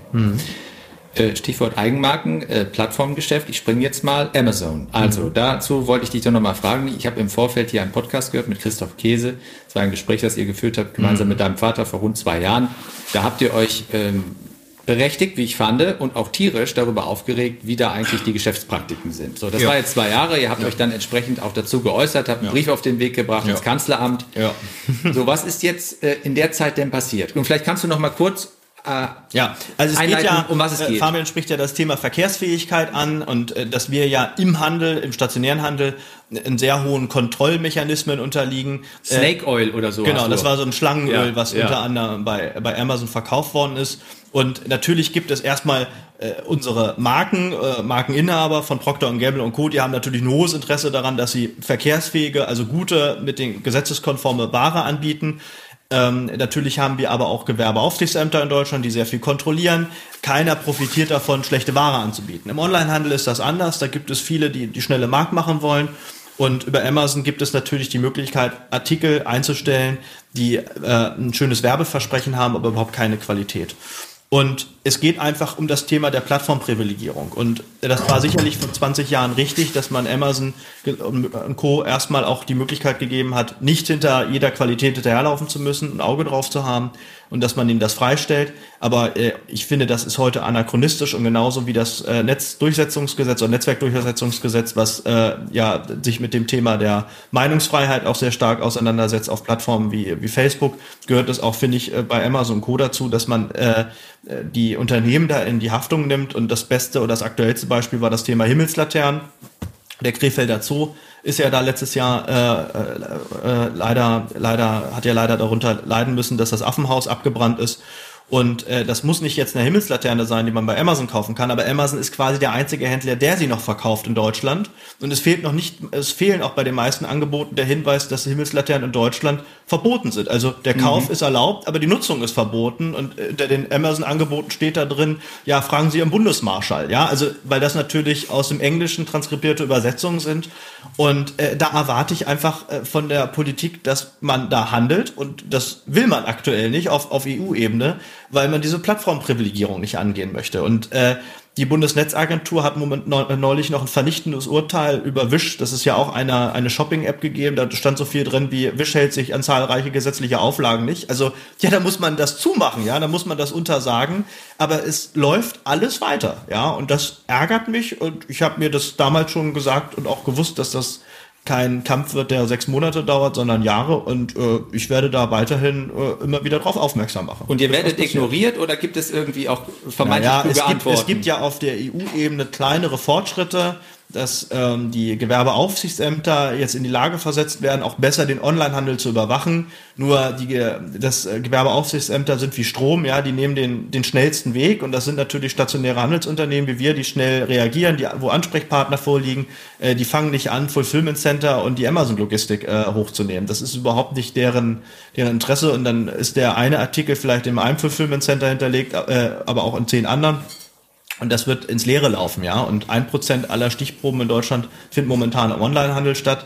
Stichwort Eigenmarken, Plattformgeschäft. Ich springe jetzt mal Amazon. Also dazu wollte ich dich doch nochmal fragen. Ich habe im Vorfeld hier einen Podcast gehört mit Christoph Käse. Das war ein Gespräch, das ihr geführt habt, gemeinsam mit deinem Vater vor rund 2 Jahren. Da habt ihr euch berechtigt, wie ich fand, und auch tierisch darüber aufgeregt, wie da eigentlich die Geschäftspraktiken sind. So, das war jetzt 2 Jahre. Ihr habt euch dann entsprechend auch dazu geäußert, habt einen Brief auf den Weg gebracht ins Kanzleramt. Ja. So, was ist jetzt in der Zeit denn passiert? Und vielleicht kannst du noch mal kurz also es geht ja, um was es geht. Fabian spricht ja das Thema Verkehrsfähigkeit an und dass wir ja im Handel, im stationären Handel, einen sehr hohen Kontrollmechanismen unterliegen. Snake Oil oder so. Genau, das war so ein Schlangenöl, was unter anderem bei Amazon verkauft worden ist. Und natürlich gibt es erstmal unsere Markeninhaber von Procter & Gamble und Co., die haben natürlich ein hohes Interesse daran, dass sie verkehrsfähige, also gute, mit den gesetzeskonforme Ware anbieten. Natürlich haben wir aber auch Gewerbeaufsichtsämter in Deutschland, die sehr viel kontrollieren. Keiner profitiert davon, schlechte Ware anzubieten. Im Onlinehandel ist das anders. Da gibt es viele, die schnelle Markt machen wollen. Und über Amazon gibt es natürlich die Möglichkeit, Artikel einzustellen, die ein schönes Werbeversprechen haben, aber überhaupt keine Qualität. Und es geht einfach um das Thema der Plattformprivilegierung. Und das war sicherlich vor 20 Jahren richtig, dass man Amazon und Co. erstmal auch die Möglichkeit gegeben hat, nicht hinter jeder Qualität hinterherlaufen zu müssen, ein Auge drauf zu haben und dass man ihnen das freistellt. Aber ich finde, das ist heute anachronistisch und genauso wie das Netzdurchsetzungsgesetz oder Netzwerkdurchsetzungsgesetz, was sich mit dem Thema der Meinungsfreiheit auch sehr stark auseinandersetzt auf Plattformen wie Facebook, gehört es auch, finde ich, bei Amazon und Co. dazu, dass man die Unternehmen da in die Haftung nimmt. Und das beste oder das aktuellste Beispiel war das Thema Himmelslaternen. Der Krefelder Zoo ist ja da letztes Jahr leider darunter leiden müssen, dass das Affenhaus abgebrannt ist. Und das muss nicht jetzt eine Himmelslaterne sein, die man bei Amazon kaufen kann, aber Amazon ist quasi der einzige Händler, der sie noch verkauft in Deutschland. Und es fehlen auch bei den meisten Angeboten der Hinweis, dass Himmelslaternen in Deutschland verboten sind. Also der Kauf ist erlaubt, aber die Nutzung ist verboten. Und unter den Amazon-Angeboten steht da drin, ja, fragen Sie Ihren Bundesmarschall. Ja, also weil das natürlich aus dem Englischen transkribierte Übersetzungen sind. Und da erwarte ich einfach von der Politik, dass man da handelt. Und das will man aktuell nicht auf EU-Ebene, weil man diese Plattformprivilegierung nicht angehen möchte. Und die Bundesnetzagentur hat neulich noch ein vernichtendes Urteil über Wish, das ist ja auch eine Shopping-App gegeben, da stand so viel drin wie Wish hält sich an zahlreiche gesetzliche Auflagen nicht. Also ja, da muss man das zumachen, ja, da muss man das untersagen, aber es läuft alles weiter, ja, und das ärgert mich und ich habe mir das damals schon gesagt und auch gewusst, dass das kein Kampf wird, der 6 Monate dauert, sondern Jahre und ich werde da weiterhin immer wieder drauf aufmerksam machen. Und ihr werdet ignoriert oder gibt es irgendwie auch vermeintlich kluge Antworten? Es gibt ja auf der EU-Ebene kleinere Fortschritte, dass die Gewerbeaufsichtsämter jetzt in die Lage versetzt werden, auch besser den Onlinehandel zu überwachen. Nur das Gewerbeaufsichtsämter sind wie Strom, ja, die nehmen den schnellsten Weg und das sind natürlich stationäre Handelsunternehmen wie wir, die schnell reagieren, wo Ansprechpartner vorliegen, die fangen nicht an, Fulfillment Center und die Amazon-Logistik hochzunehmen. Das ist überhaupt nicht deren Interesse und dann ist der eine Artikel vielleicht in einem Fulfillment Center hinterlegt, aber auch in 10 anderen. Und das wird ins Leere laufen, ja. Und 1% aller Stichproben in Deutschland finden momentan im Onlinehandel statt,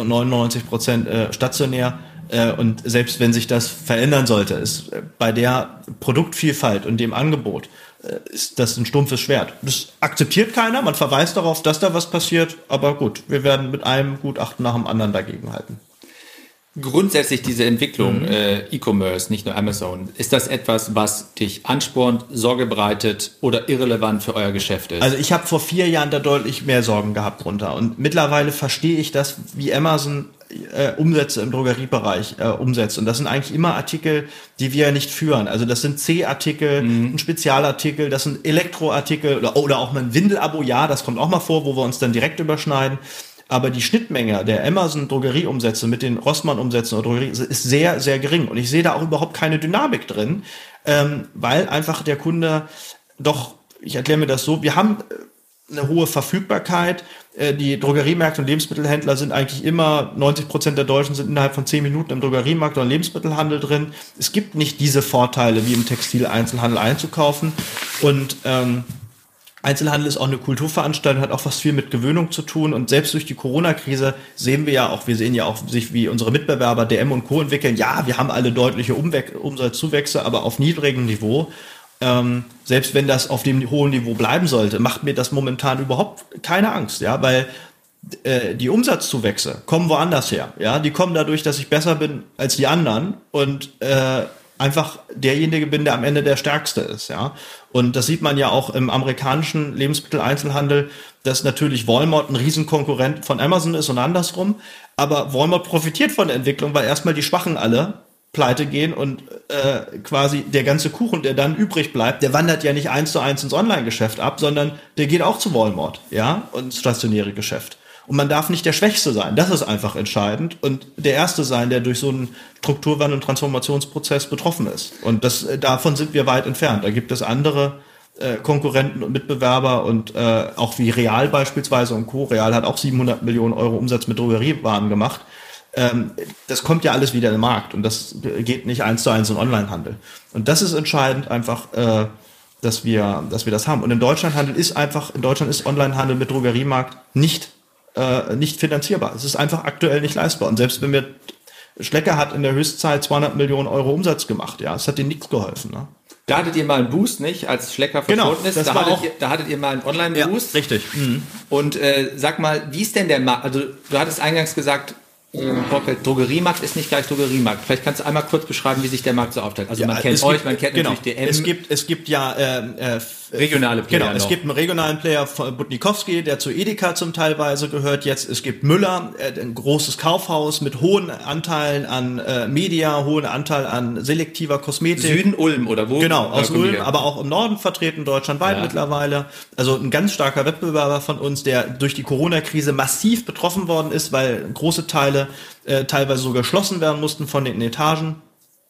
99% stationär. Und selbst wenn sich das verändern sollte, ist bei der Produktvielfalt und dem Angebot ist das ein stumpfes Schwert. Das akzeptiert keiner, man verweist darauf, dass da was passiert, aber gut, wir werden mit einem Gutachten nach dem anderen dagegenhalten. Grundsätzlich diese Entwicklung, E-Commerce, nicht nur Amazon, ist das etwas, was dich anspornt, Sorge bereitet oder irrelevant für euer Geschäft ist? Also ich habe vor 4 Jahren da deutlich mehr Sorgen gehabt drunter und mittlerweile verstehe ich das, wie Amazon Umsätze im Drogeriebereich umsetzt. Und das sind eigentlich immer Artikel, die wir nicht führen. Also das sind C-Artikel, ein Spezialartikel, das sind Elektroartikel oder auch mal ein Windelabo, ja, das kommt auch mal vor, wo wir uns dann direkt überschneiden. Aber die Schnittmenge der Amazon-Drogerieumsätze mit den Rossmann-Umsätzen oder Drogerie ist sehr, sehr gering. Und ich sehe da auch überhaupt keine Dynamik drin, weil einfach der Kunde doch, ich erkläre mir das so, wir haben eine hohe Verfügbarkeit. Die Drogeriemärkte und Lebensmittelhändler sind eigentlich immer, 90% der Deutschen sind innerhalb von 10 Minuten im Drogeriemarkt oder im Lebensmittelhandel drin. Es gibt nicht diese Vorteile, wie im Textileinzelhandel einzukaufen. Und Einzelhandel ist auch eine Kulturveranstaltung, hat auch was viel mit Gewöhnung zu tun. Und selbst durch die Corona-Krise sehen ja auch, sich wie unsere Mitbewerber DM und Co. entwickeln. Ja, wir haben alle deutliche Umsatzzuwächse, aber auf niedrigem Niveau. Selbst wenn das auf dem hohen Niveau bleiben sollte, macht mir das momentan überhaupt keine Angst, ja, weil die Umsatzzuwächse kommen woanders her, ja, die kommen dadurch, dass ich besser bin als die anderen und einfach derjenige bin, der am Ende der Stärkste ist, ja. Und das sieht man ja auch im amerikanischen Lebensmitteleinzelhandel, dass natürlich Walmart ein Riesenkonkurrent von Amazon ist und andersrum, aber Walmart profitiert von der Entwicklung, weil erstmal die Schwachen alle pleite gehen und quasi der ganze Kuchen, der dann übrig bleibt, der wandert ja nicht 1:1 ins Online-Geschäft ab, sondern der geht auch zu Walmart, ja, und ins stationäre Geschäft. Und man darf nicht der Schwächste sein, das ist einfach entscheidend und der Erste sein, der durch so einen Strukturwandel- und Transformationsprozess betroffen ist. Und davon sind wir weit entfernt. Da gibt es andere Konkurrenten und Mitbewerber und auch wie Real beispielsweise und Co. Real hat auch 700 Millionen Euro Umsatz mit Drogeriewaren gemacht. Das kommt ja alles wieder in den Markt und das geht nicht 1:1 in Onlinehandel. Und das ist entscheidend einfach, dass wir das haben. Und in Deutschland ist Onlinehandel mit Drogeriemarkt nicht finanzierbar. Es ist einfach aktuell nicht leistbar. Und selbst wenn Schlecker hat in der Höchstzeit 200 Millionen Euro Umsatz gemacht, ja, es hat denen nichts geholfen, ne? Da hattet ihr mal einen Boost, nicht? Als Schlecker verschwunden ist. Da hattet ihr mal einen Online-Boost. Ja, richtig. Mhm. Und sag mal, wie ist denn der Markt? Also du hattest eingangs gesagt, Drogeriemarkt ist nicht gleich Drogeriemarkt. Vielleicht kannst du einmal kurz beschreiben, wie sich der Markt so aufteilt. Also man kennt euch, man kennt natürlich DM. Es gibt ja regionale Player. Genau, es gibt einen regionalen Player von Butnikowski, der zu Edeka zum Teilweise gehört. Jetzt es gibt Müller, ein großes Kaufhaus mit hohen Anteilen an Media, hohen Anteil an selektiver Kosmetik. Süden Ulm oder wo? Genau, aus Ulm, aber auch im Norden vertreten, deutschlandweit mittlerweile. Also ein ganz starker Wettbewerber von uns, der durch die Corona-Krise massiv betroffen worden ist, weil große Teile teilweise sogar geschlossen werden mussten von den Etagen.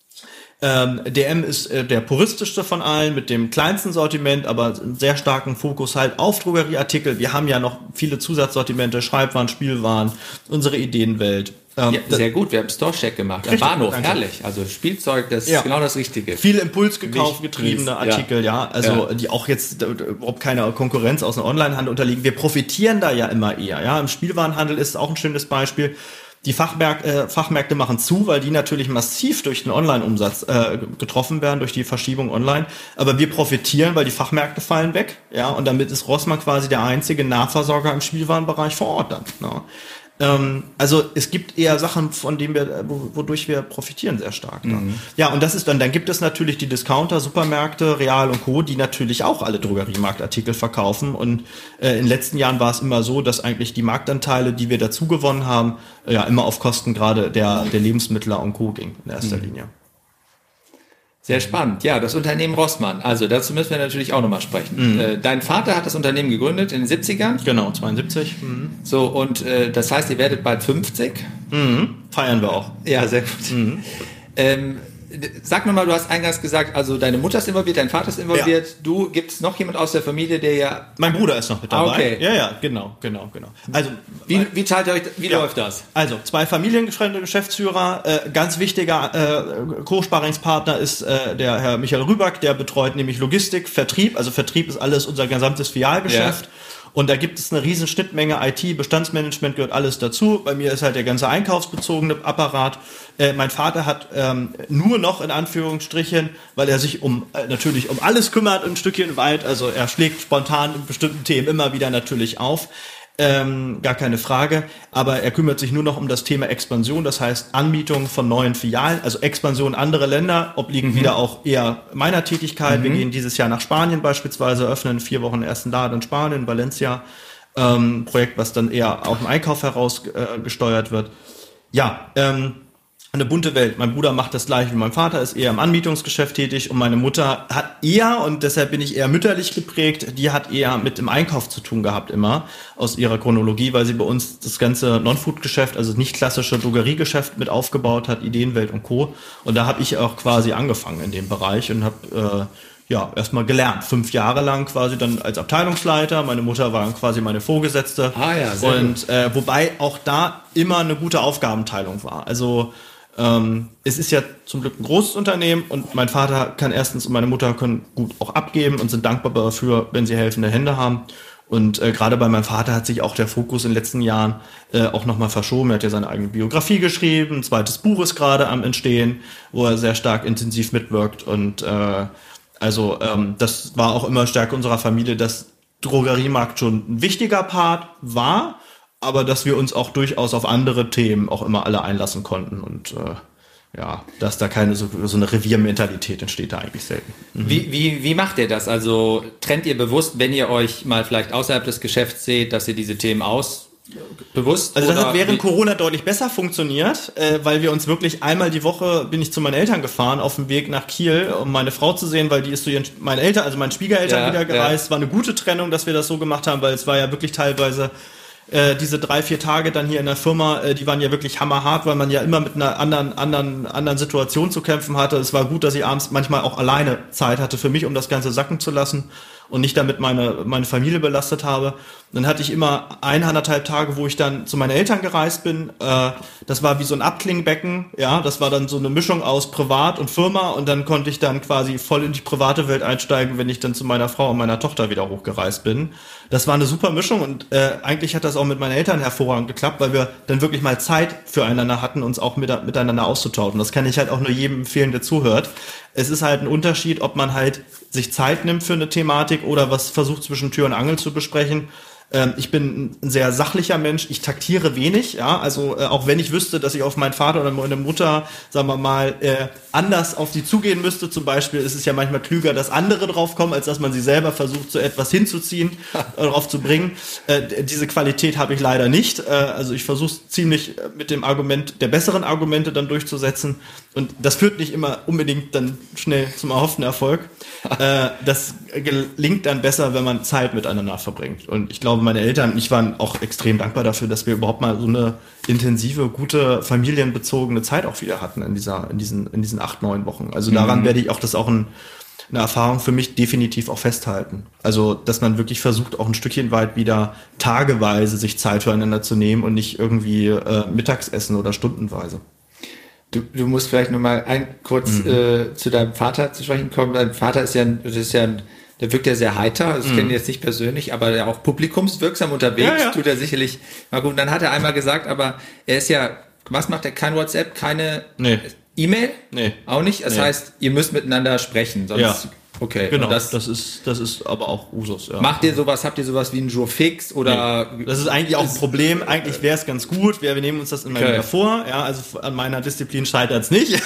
DM ist der puristischste von allen, mit dem kleinsten Sortiment, aber einen sehr starken Fokus halt auf Drogerieartikel. Wir haben ja noch viele Zusatzsortimente, Schreibwaren, Spielwaren, unsere Ideenwelt. Ja, sehr gut, wir haben Store-Check gemacht. Am Bahnhof, danke. Herrlich. Also Spielzeug, das ist genau das Richtige. Viel Impulsgekauf getriebene Artikel, also die auch jetzt überhaupt keiner Konkurrenz aus dem Onlinehandel unterliegen. Wir profitieren da ja immer eher. Ja, im Spielwarenhandel ist auch ein schönes Beispiel. Die Fachmärkte machen zu, weil die natürlich massiv durch den Online-Umsatz getroffen werden, durch die Verschiebung online. Aber wir profitieren, weil die Fachmärkte fallen weg. Ja, und damit ist Rossmann quasi der einzige Nahversorger im Spielwarenbereich vor Ort dann. Ja. Also es gibt eher Sachen, von denen wodurch wir profitieren sehr stark. Mhm. Ja, und das ist dann gibt es natürlich die Discounter, Supermärkte, Real und Co., die natürlich auch alle Drogeriemarktartikel verkaufen. Und in den letzten Jahren war es immer so, dass eigentlich die Marktanteile, die wir dazu gewonnen haben, immer auf Kosten gerade der Lebensmittler und Co. ging in erster Linie. Sehr spannend. Ja, das Unternehmen Rossmann. Also dazu müssen wir natürlich auch nochmal sprechen. Mhm. Dein Vater hat das Unternehmen gegründet in den 70ern? Genau, 72. Mhm. So, und das heißt, ihr werdet bald 50? Mhm. Feiern wir auch. Ja, sehr gut. Mhm. Sag nochmal, du hast eingangs gesagt, also deine Mutter ist involviert, dein Vater ist involviert. Ja. Gibt es noch jemand aus der Familie, der ja... Mein Bruder ist noch mit dabei. Okay. Ja, genau. Also, wie teilt ihr euch, wie läuft das? Also, 2 familiengeschränkte Geschäftsführer, ganz wichtiger Co-Sparingspartner ist der Herr Michael Rüback, der betreut nämlich Logistik, Vertrieb. Also Vertrieb ist alles unser gesamtes Filialgeschäft. Ja. Und da gibt es eine riesen Schnittmenge, IT, Bestandsmanagement gehört alles dazu. Bei mir ist halt der ganze einkaufsbezogene Apparat. Mein Vater hat nur noch in Anführungsstrichen, weil er sich natürlich um alles kümmert, ein Stückchen weit. Also er schlägt spontan in bestimmten Themen immer wieder natürlich auf. Gar keine Frage, aber er kümmert sich nur noch um das Thema Expansion, das heißt Anmietung von neuen Filialen, also Expansion in andere Länder, obliegen wieder auch eher meiner Tätigkeit. Wir gehen dieses Jahr nach Spanien beispielsweise, öffnen 4 Wochen ersten Laden in Spanien, Valencia, Projekt, was dann eher auf dem Einkauf heraus gesteuert wird. Ja, eine bunte Welt. Mein Bruder macht das gleiche wie mein Vater, ist eher im Anmietungsgeschäft tätig und meine Mutter hat eher, und deshalb bin ich eher mütterlich geprägt, die hat eher mit dem Einkauf zu tun gehabt immer, aus ihrer Chronologie, weil sie bei uns das ganze Non-Food-Geschäft, also nicht klassische Drogeriegeschäft mit aufgebaut hat, Ideenwelt und Co. Und da habe ich auch quasi angefangen in dem Bereich und habe erstmal gelernt. 5 Jahre lang quasi dann als Abteilungsleiter. Meine Mutter war quasi meine Vorgesetzte. Sehr gut. Wobei auch da immer eine gute Aufgabenteilung war. Also es ist ja zum Glück ein großes Unternehmen und mein Vater kann erstens und meine Mutter können gut auch abgeben und sind dankbar dafür, wenn sie helfende Hände haben. Und gerade bei meinem Vater hat sich auch der Fokus in den letzten Jahren auch nochmal verschoben. Er hat ja seine eigene Biografie geschrieben, ein zweites Buch ist gerade am Entstehen, wo er sehr stark intensiv mitwirkt. Und das war auch immer stärker unserer Familie, dass Drogeriemarkt schon ein wichtiger Part war, aber dass wir uns auch durchaus auf andere Themen auch immer alle einlassen konnten. Und dass da keine so eine Reviermentalität entsteht, da eigentlich selten. Wie macht ihr das? Also trennt ihr bewusst, wenn ihr euch mal vielleicht außerhalb des Geschäfts seht, dass ihr diese Themen bewusst? Also das hat während Corona deutlich besser funktioniert, weil wir uns wirklich einmal die Woche, bin ich zu meinen Eltern gefahren, auf dem Weg nach Kiel, um meine Frau zu sehen, weil die ist zu meinen Eltern, also meinen Schwiegereltern wieder gereist. War eine gute Trennung, dass wir das so gemacht haben, weil es war ja wirklich teilweise diese 3-4 Tage dann hier in der Firma, die waren ja wirklich hammerhart, weil man ja immer mit einer anderen Situation zu kämpfen hatte. Es war gut, dass ich abends manchmal auch alleine Zeit hatte für mich, um das Ganze sacken zu lassen und nicht damit meine Familie belastet habe. Dann hatte ich immer 1,5 Tage, wo ich dann zu meinen Eltern gereist bin. Das war wie so ein Abklingbecken. Ja, das war dann so eine Mischung aus Privat und Firma und dann konnte ich dann quasi voll in die private Welt einsteigen, wenn ich dann zu meiner Frau und meiner Tochter wieder hochgereist bin. Das war eine super Mischung und eigentlich hat das auch mit meinen Eltern hervorragend geklappt, weil wir dann wirklich mal Zeit füreinander hatten, uns auch miteinander auszutauschen. Das kann ich halt auch nur jedem empfehlen, der zuhört. Es ist halt ein Unterschied, ob man halt sich Zeit nimmt für eine Thematik oder was versucht zwischen Tür und Angel zu besprechen. Ich bin ein sehr sachlicher Mensch, ich taktiere wenig, ja, also auch wenn ich wüsste, dass ich auf meinen Vater oder meine Mutter, sagen wir mal, anders auf die zugehen müsste, zum Beispiel ist es ja manchmal klüger, dass andere drauf kommen, als dass man sie selber versucht, so etwas hinzuziehen, drauf zu bringen. Diese Qualität habe ich leider nicht, also ich versuche es ziemlich mit dem Argument der besseren Argumente dann durchzusetzen und das führt nicht immer unbedingt dann schnell zum erhofften Erfolg. Das gelingt dann besser, wenn man Zeit miteinander verbringt und ich glaube, meine Eltern und ich waren auch extrem dankbar dafür, dass wir überhaupt mal so eine intensive, gute, familienbezogene Zeit auch wieder hatten in diesen 8-9 Wochen. Also daran werde ich auch eine Erfahrung für mich definitiv auch festhalten. Also, dass man wirklich versucht, auch ein Stückchen weit wieder tageweise sich Zeit füreinander zu nehmen und nicht irgendwie Mittagsessen oder stundenweise. Du musst vielleicht noch mal kurz zu deinem Vater zu sprechen kommen. Dein Vater der wirkt ja sehr heiter, das kenne ich jetzt nicht persönlich, aber der auch publikumswirksam unterwegs, tut er sicherlich mal gut. Und dann hat er einmal gesagt, aber er ist ja, was macht er? Kein WhatsApp, keine E-Mail? Nee. Auch nicht? Das heißt, ihr müsst miteinander sprechen, sonst... Okay, genau. Das ist aber auch Usus. Ja. Habt ihr sowas wie einen Jour fix oder? Nee. Das ist eigentlich auch ein Problem. Eigentlich wäre es ganz gut. Wir nehmen uns das immer wieder vor. Ja, also an meiner Disziplin scheitert es nicht.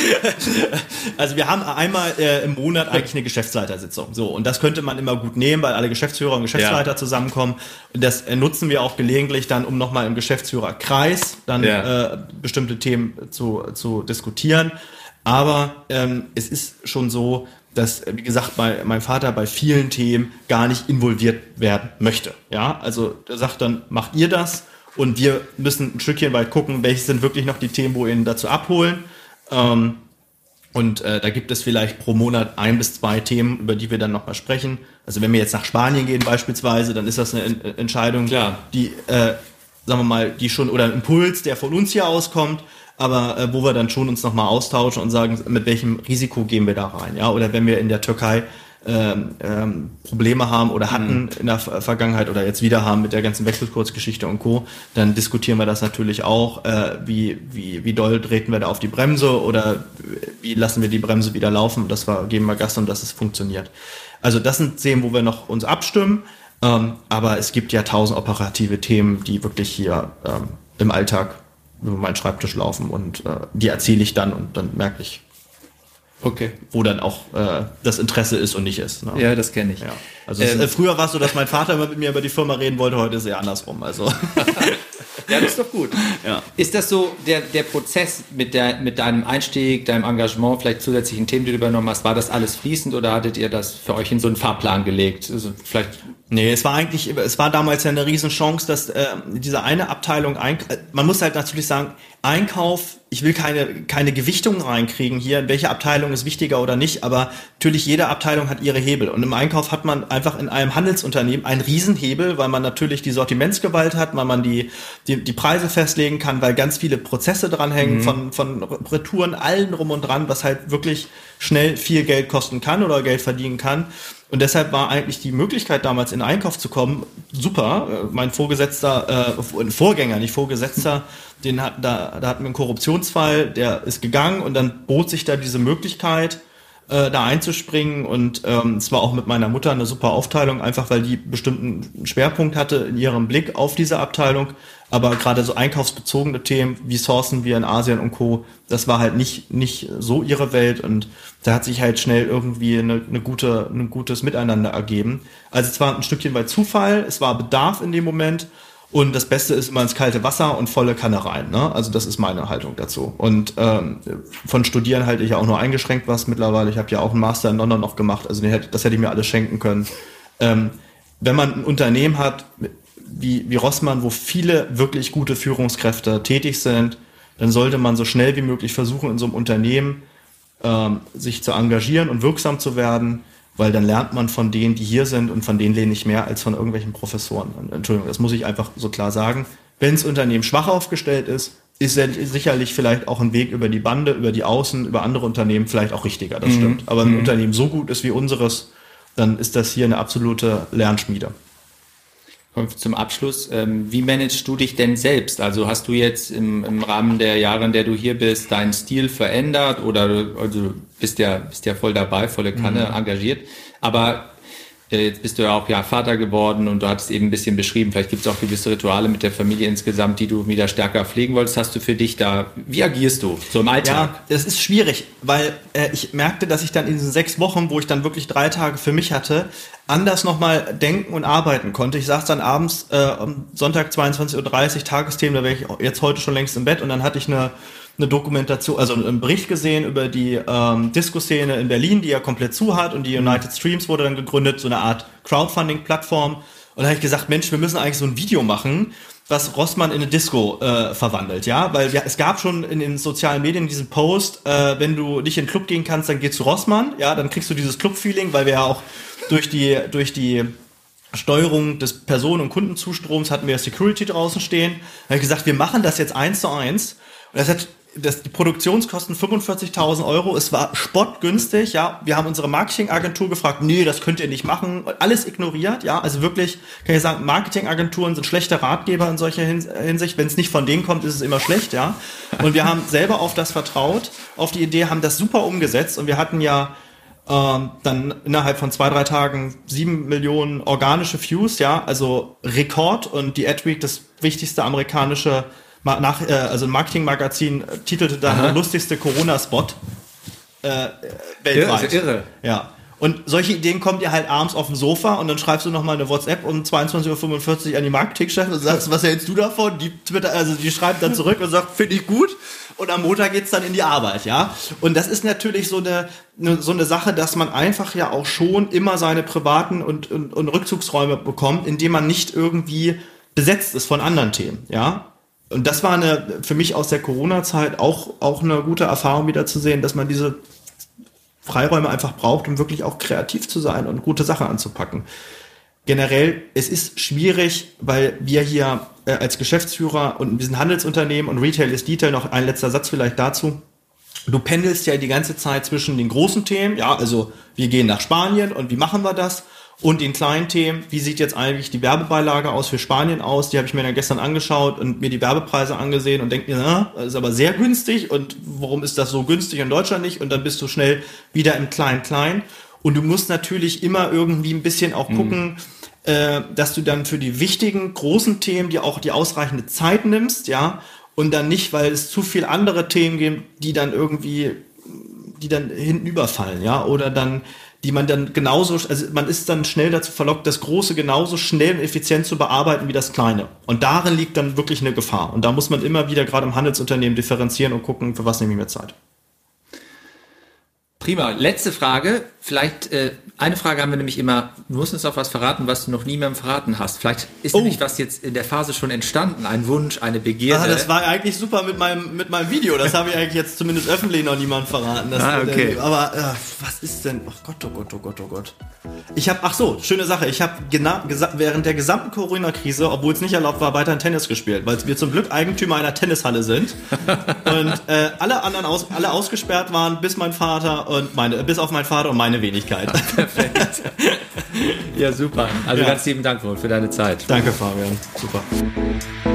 Also wir haben einmal im Monat eigentlich eine Geschäftsleitersitzung. So, und das könnte man immer gut nehmen, weil alle Geschäftsführer und Geschäftsleiter zusammenkommen. Und das nutzen wir auch gelegentlich dann, um nochmal im Geschäftsführerkreis dann bestimmte Themen zu diskutieren. Aber es ist schon so, dass, wie gesagt, mein Vater bei vielen Themen gar nicht involviert werden möchte. Ja, also er sagt dann, macht ihr das und wir müssen ein Stückchen weit gucken, welche sind wirklich noch die Themen, wo wir ihn dazu abholen. Da gibt es vielleicht pro Monat 1 bis 2 Themen, über die wir dann nochmal sprechen. Also wenn wir jetzt nach Spanien gehen beispielsweise, dann ist das eine Entscheidung, die, sagen wir mal, die schon, oder ein Impuls, der von uns hier auskommt, aber wo wir dann schon uns nochmal austauschen und sagen, mit welchem Risiko gehen wir da rein, ja, oder wenn wir in der Türkei Probleme haben oder hatten in der Vergangenheit oder jetzt wieder haben mit der ganzen Wechselkursgeschichte und Co., dann diskutieren wir das natürlich auch, wie doll treten wir da auf die Bremse oder wie lassen wir die Bremse wieder laufen, geben wir Gas, und dass es funktioniert. Also das sind Themen, wo wir noch uns abstimmen, aber es gibt ja 1000 operative Themen, die wirklich hier im Alltag über meinen Schreibtisch laufen und die erzähle ich dann und dann merke ich, wo dann auch das Interesse ist und nicht ist. Ne? Ja, das kenne ich. Ja. Also früher war es so, dass mein Vater immer mit mir über die Firma reden wollte, heute ist es eher andersrum. Also. Ja, das ist doch gut. Ja. Ist das so, der Prozess mit deinem Einstieg, deinem Engagement, vielleicht zusätzlichen Themen, die du übernommen hast, war das alles fließend oder hattet ihr das für euch in so einen Fahrplan gelegt? Also vielleicht... Nee, es war damals ja eine Riesenchance, dass diese eine Abteilung, man muss halt natürlich sagen, Einkauf ich will keine Gewichtung reinkriegen hier, welche Abteilung ist wichtiger oder nicht, aber natürlich jede Abteilung hat ihre Hebel. Und im Einkauf hat man einfach in einem Handelsunternehmen einen Riesenhebel, weil man natürlich die Sortimentsgewalt hat, weil man die Preise festlegen kann, weil ganz viele Prozesse dranhängen, von Retouren, allen drum und dran, was halt wirklich schnell viel Geld kosten kann oder Geld verdienen kann. Und deshalb war eigentlich die Möglichkeit, damals in den Einkauf zu kommen, super. Mein Vorgänger, nicht Vorgesetzter, da hatten wir einen Korruptionsfall, der ist gegangen und dann bot sich da diese Möglichkeit, da einzuspringen. Und es war auch mit meiner Mutter eine super Aufteilung, einfach weil die bestimmten Schwerpunkt hatte in ihrem Blick auf diese Abteilung. Aber gerade so einkaufsbezogene Themen, wie sourcen wir in Asien und Co., das war halt nicht so ihre Welt und da hat sich halt schnell irgendwie ein gutes Miteinander ergeben. Also es war ein Stückchen weit Zufall, es war Bedarf in dem Moment und das Beste ist immer ins kalte Wasser und volle Kanne rein, ne? Also das ist meine Haltung dazu. Und von Studieren halte ich ja auch nur eingeschränkt was mittlerweile. Ich habe ja auch einen Master in London noch gemacht, also das hätte ich mir alles schenken können. Wenn man ein Unternehmen hat, wie Rossmann, wo viele wirklich gute Führungskräfte tätig sind, dann sollte man so schnell wie möglich versuchen, in so einem Unternehmen sich zu engagieren und wirksam zu werden, weil dann lernt man von denen, die hier sind und von denen lehne ich mehr als von irgendwelchen Professoren. Entschuldigung, das muss ich einfach so klar sagen. Wenn das Unternehmen schwach aufgestellt ist sicherlich vielleicht auch ein Weg über die Bande, über die Außen, über andere Unternehmen vielleicht auch richtiger, das stimmt. Aber wenn ein Unternehmen so gut ist wie unseres, dann ist das hier eine absolute Lernschmiede. Zum Abschluss, wie managst du dich denn selbst? Also hast du jetzt im Rahmen der Jahre, in der du hier bist, deinen Stil verändert oder also bist ja voll dabei, volle Kanne, engagiert, aber jetzt bist du ja auch Vater geworden und du hattest eben ein bisschen beschrieben, vielleicht gibt es auch gewisse Rituale mit der Familie insgesamt, die du wieder stärker pflegen wolltest. Hast du für dich wie agierst du so im Alltag? Ja, das ist schwierig, weil ich merkte, dass ich dann in diesen 6 Wochen, wo ich dann wirklich 3 Tage für mich hatte, anders nochmal denken und arbeiten konnte. Ich saß dann abends am Sonntag 22:30 Uhr, Tagesthemen, da wäre ich jetzt heute schon längst im Bett und dann hatte ich eine Dokumentation, also einen Bericht gesehen über die Disco-Szene in Berlin, die ja komplett zu hat und die United Streams wurde dann gegründet, so eine Art Crowdfunding-Plattform. Und da habe ich gesagt, Mensch, wir müssen eigentlich so ein Video machen, was Rossmann in eine Disco verwandelt, ja, weil es gab schon in den sozialen Medien diesen Post, wenn du nicht in den Club gehen kannst, dann geh zu Rossmann, ja, dann kriegst du dieses Club-Feeling, weil wir ja auch durch die Steuerung des Personen- und Kundenzustroms hatten wir Security draußen stehen. Da habe ich gesagt, wir machen das jetzt 1:1 und die Produktionskosten 45.000 Euro, es war spottgünstig, ja, wir haben unsere Marketingagentur gefragt, nee, das könnt ihr nicht machen, alles ignoriert, ja, also wirklich, kann ich sagen, Marketingagenturen sind schlechte Ratgeber in solcher Hinsicht, wenn es nicht von denen kommt, ist es immer schlecht, ja, und wir haben selber auf das vertraut, auf die Idee, haben das super umgesetzt und wir hatten ja dann innerhalb von 2-3 Tagen 7 Millionen organische Views, ja, also Rekord und die Adweek, das wichtigste amerikanische also ein Marketingmagazin titelte dann der lustigste Corona-Spot weltweit. Irre. Ja. Und solche Ideen kommen dir halt abends auf dem Sofa und dann schreibst du nochmal eine WhatsApp um 22:45 Uhr an die Marketingchefin und sagst, was hältst du davon? Die schreibt dann zurück und sagt, finde ich gut. Und am Montag geht's dann in die Arbeit, ja. Und das ist natürlich so eine Sache, dass man einfach ja auch schon immer seine privaten und Rückzugsräume bekommt, indem man nicht irgendwie besetzt ist von anderen Themen, ja. Und das war für mich aus der Corona-Zeit auch eine gute Erfahrung wieder zu sehen, dass man diese Freiräume einfach braucht, um wirklich auch kreativ zu sein und gute Sachen anzupacken. Generell, es ist schwierig, weil wir hier als Geschäftsführer und wir sind Handelsunternehmen und Retail ist Detail, noch ein letzter Satz vielleicht dazu. Du pendelst ja die ganze Zeit zwischen den großen Themen, ja, also wir gehen nach Spanien und wie machen wir das? Und den kleinen Themen, wie sieht jetzt eigentlich die Werbebeilage aus für Spanien aus? Die habe ich mir dann gestern angeschaut und mir die Werbepreise angesehen und denke mir, das ist aber sehr günstig und warum ist das so günstig in Deutschland nicht? Und dann bist du schnell wieder im Klein-Klein. Und du musst natürlich immer irgendwie ein bisschen auch gucken, dass du dann für die wichtigen, großen Themen dir auch die ausreichende Zeit nimmst, ja, und dann nicht, weil es zu viele andere Themen gibt, die dann hinten überfallen, ja, oder dann die man dann genauso, also man ist dann schnell dazu verlockt, das Große genauso schnell und effizient zu bearbeiten wie das Kleine. Und darin liegt dann wirklich eine Gefahr. Und da muss man immer wieder gerade im Handelsunternehmen differenzieren und gucken, für was nehme ich mir Zeit. Prima. Letzte Frage. Vielleicht, eine Frage haben wir nämlich immer, du musst uns auch was verraten, was du noch niemandem verraten hast. Vielleicht ist nämlich was jetzt in der Phase schon entstanden, ein Wunsch, eine Begierde. Das war eigentlich super mit meinem Video, das habe ich eigentlich jetzt zumindest öffentlich noch niemandem verraten. Okay. Aber was ist denn, oh Gott. Ich habe, schöne Sache, ich habe während der gesamten Corona-Krise, obwohl es nicht erlaubt war, weiterhin Tennis gespielt, weil wir zum Glück Eigentümer einer Tennishalle sind und alle anderen alle ausgesperrt waren, bis auf mein Vater und meine Wenigkeit. Perfekt. Ja, super. Also ganz lieben Dank für deine Zeit. Danke, Fabian. Super.